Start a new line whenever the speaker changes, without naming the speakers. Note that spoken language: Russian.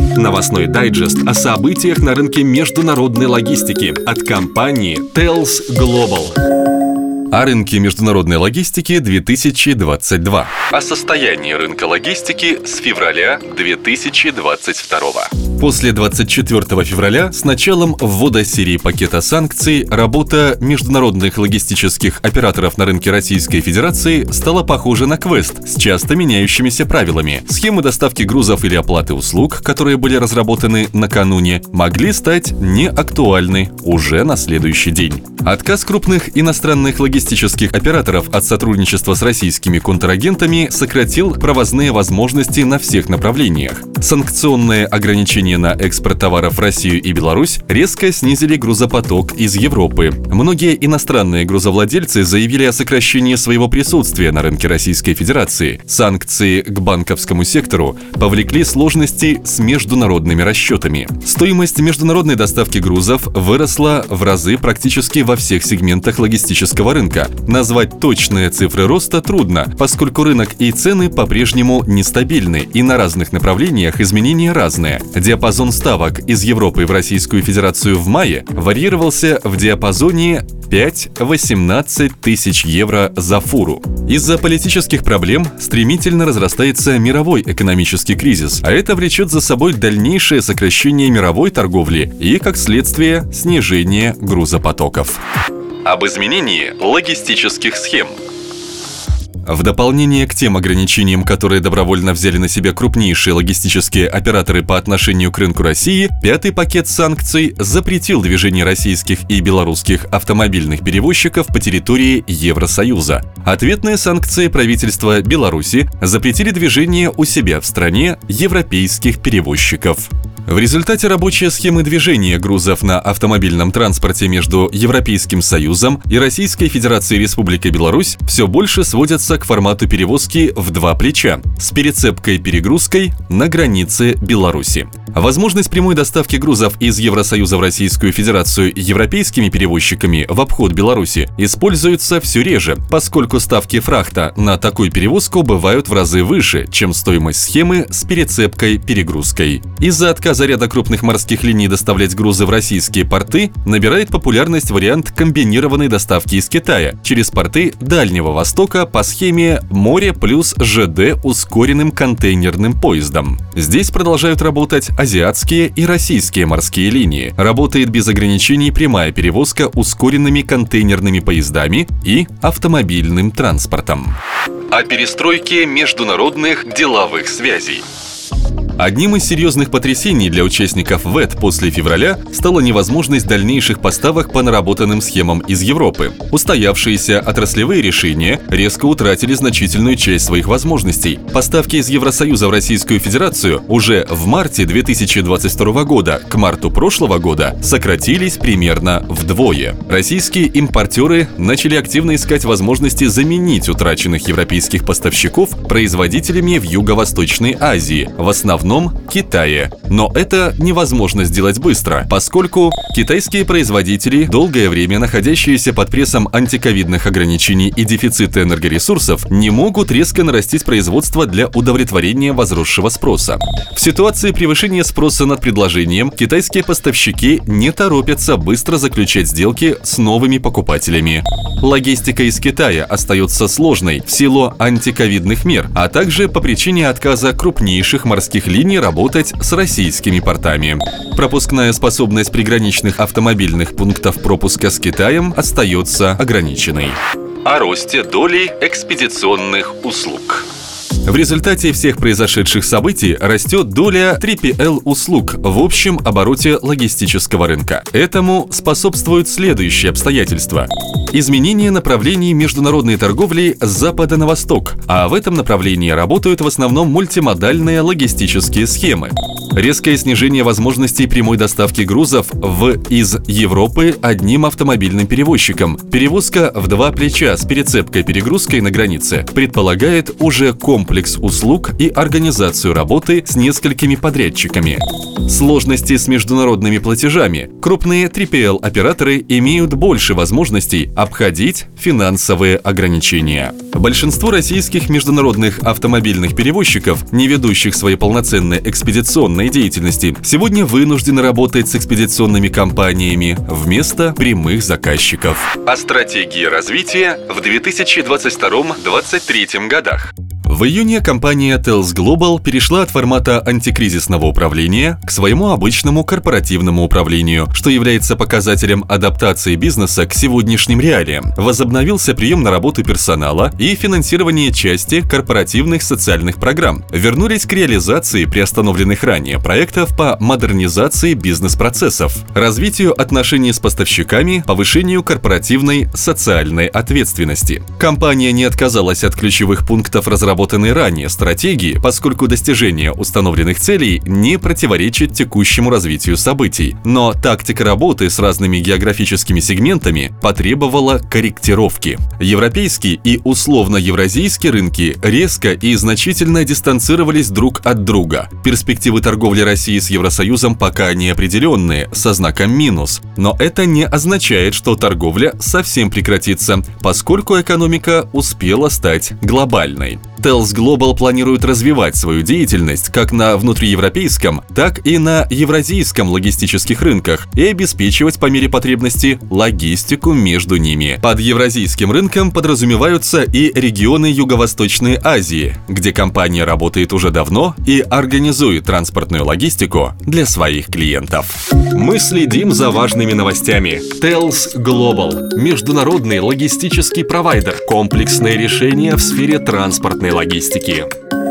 Новостной дайджест о событиях на рынке международной логистики от компании Thales Global. О рынке международной логистики 2022. О состоянии рынка логистики с февраля 2022. После 24 февраля с началом ввода серии пакета санкций работа международных логистических операторов на рынке Российской Федерации стала похожа на квест с часто меняющимися правилами. Схемы доставки грузов или оплаты услуг, которые были разработаны накануне, могли стать неактуальны уже на следующий день. Отказ крупных иностранных логистических операторов от сотрудничества с российскими контрагентами сократил провозные возможности на всех направлениях. Санкционные ограничения на экспорт товаров в Россию и Беларусь резко снизили грузопоток из Европы. Многие иностранные грузовладельцы заявили о сокращении своего присутствия на рынке Российской Федерации. Санкции к банковскому сектору повлекли сложности с международными расчетами. Стоимость международной доставки грузов выросла в разы практически во всех сегментах логистического рынка. Назвать точные цифры роста трудно, поскольку рынок и цены по-прежнему нестабильны, и на разных направлениях изменения разные. Диапазон ставок из Европы в Российскую Федерацию в мае варьировался в диапазоне 5-18 тысяч евро за фуру. Из-за политических проблем стремительно разрастается мировой экономический кризис, а это влечет за собой дальнейшее сокращение мировой торговли и, как следствие, снижение грузопотоков. Об изменении логистических схем. В дополнение к тем ограничениям, которые добровольно взяли на себя крупнейшие логистические операторы по отношению к рынку России, пятый пакет санкций запретил движение российских и белорусских автомобильных перевозчиков по территории Евросоюза. Ответные санкции правительства Беларуси запретили движение у себя в стране европейских перевозчиков. В результате рабочие схемы движения грузов на автомобильном транспорте между Европейским Союзом и Российской Федерацией Республикой Беларусь все больше сводятся к формату перевозки в два плеча с перецепкой-перегрузкой на границе Беларуси. Возможность прямой доставки грузов из Евросоюза в Российскую Федерацию европейскими перевозчиками в обход Беларуси используется все реже, поскольку ставки фрахта на такую перевозку бывают в разы выше, чем стоимость схемы с перецепкой-перегрузкой. Из-за отказа ряда крупных морских линий доставлять грузы в российские порты набирает популярность вариант комбинированной доставки из Китая через порты Дальнего Востока по схеме «Море плюс ЖД ускоренным контейнерным поездом». Здесь продолжают работать азиатские и российские морские линии. Работает без ограничений прямая перевозка ускоренными контейнерными поездами и автомобильным транспортом. О перестройке международных деловых связей. Одним из серьезных потрясений для участников ВЭТ после февраля стала невозможность дальнейших поставок по наработанным схемам из Европы. Устоявшиеся отраслевые решения резко утратили значительную часть своих возможностей. Поставки из Евросоюза в Российскую Федерацию уже в марте 2022 года к марту прошлого года сократились примерно вдвое. Российские импортеры начали активно искать возможности заменить утраченных европейских поставщиков производителями в Юго-Восточной Азии, в основном Китае. Но это невозможно сделать быстро, поскольку китайские производители, долгое время находящиеся под прессом антиковидных ограничений и дефицита энергоресурсов, не могут резко нарастить производство для удовлетворения возросшего спроса. В ситуации превышения спроса над предложением китайские поставщики не торопятся быстро заключать сделки с новыми покупателями. Логистика из Китая остается сложной в силу антиковидных мер, а также по причине отказа крупнейших морских линий работать с российскими портами. Пропускная способность приграничных автомобильных пунктов пропуска с Китаем остается ограниченной. О росте доли экспедиционных услуг. В результате всех произошедших событий растет доля 3PL-услуг в общем обороте логистического рынка. Этому способствуют следующие обстоятельства. Изменение направлений международной торговли с запада на восток, а в этом направлении работают в основном мультимодальные логистические схемы. Резкое снижение возможностей прямой доставки грузов из Европы одним автомобильным перевозчиком. Перевозка в два плеча с перецепкой-перегрузкой на границе предполагает уже комплекс услуг и организацию работы с несколькими подрядчиками. Сложности с международными платежами. Крупные 3PL-операторы имеют больше возможностей обходить финансовые ограничения. Большинство российских международных автомобильных перевозчиков, не ведущих своей полноценной экспедиционной деятельности, сегодня вынуждены работать с экспедиционными компаниями вместо прямых заказчиков. О стратегии развития в 2022-2023 годах. В июне компания Tells Global перешла от формата антикризисного управления к своему обычному корпоративному управлению, что является показателем адаптации бизнеса к сегодняшним реалиям. Возобновился прием на работу персонала и финансирование части корпоративных социальных программ. Вернулись к реализации приостановленных ранее проектов по модернизации бизнес-процессов, развитию отношений с поставщиками, повышению корпоративной социальной ответственности. Компания не отказалась от ключевых пунктов разработанной ранее стратегии, поскольку достижение установленных целей не противоречит текущему развитию событий. Но тактика работы с разными географическими сегментами потребовала корректировки. Европейские и условно-евразийские рынки резко и значительно дистанцировались друг от друга. Перспективы торговли России с Евросоюзом пока неопределенные, со знаком минус. Но это не означает, что торговля совсем прекратится, поскольку экономика успела стать глобальной. Tells Global планирует развивать свою деятельность как на внутриевропейском, так и на евразийском логистических рынках и обеспечивать по мере потребности логистику между ними. Под евразийским рынком подразумеваются и регионы Юго-Восточной Азии, где компания работает уже давно и организует транспортную логистику для своих клиентов. Мы следим за важными новостями. Tells Global – международный логистический провайдер, комплексное решение в сфере транспортной логистики.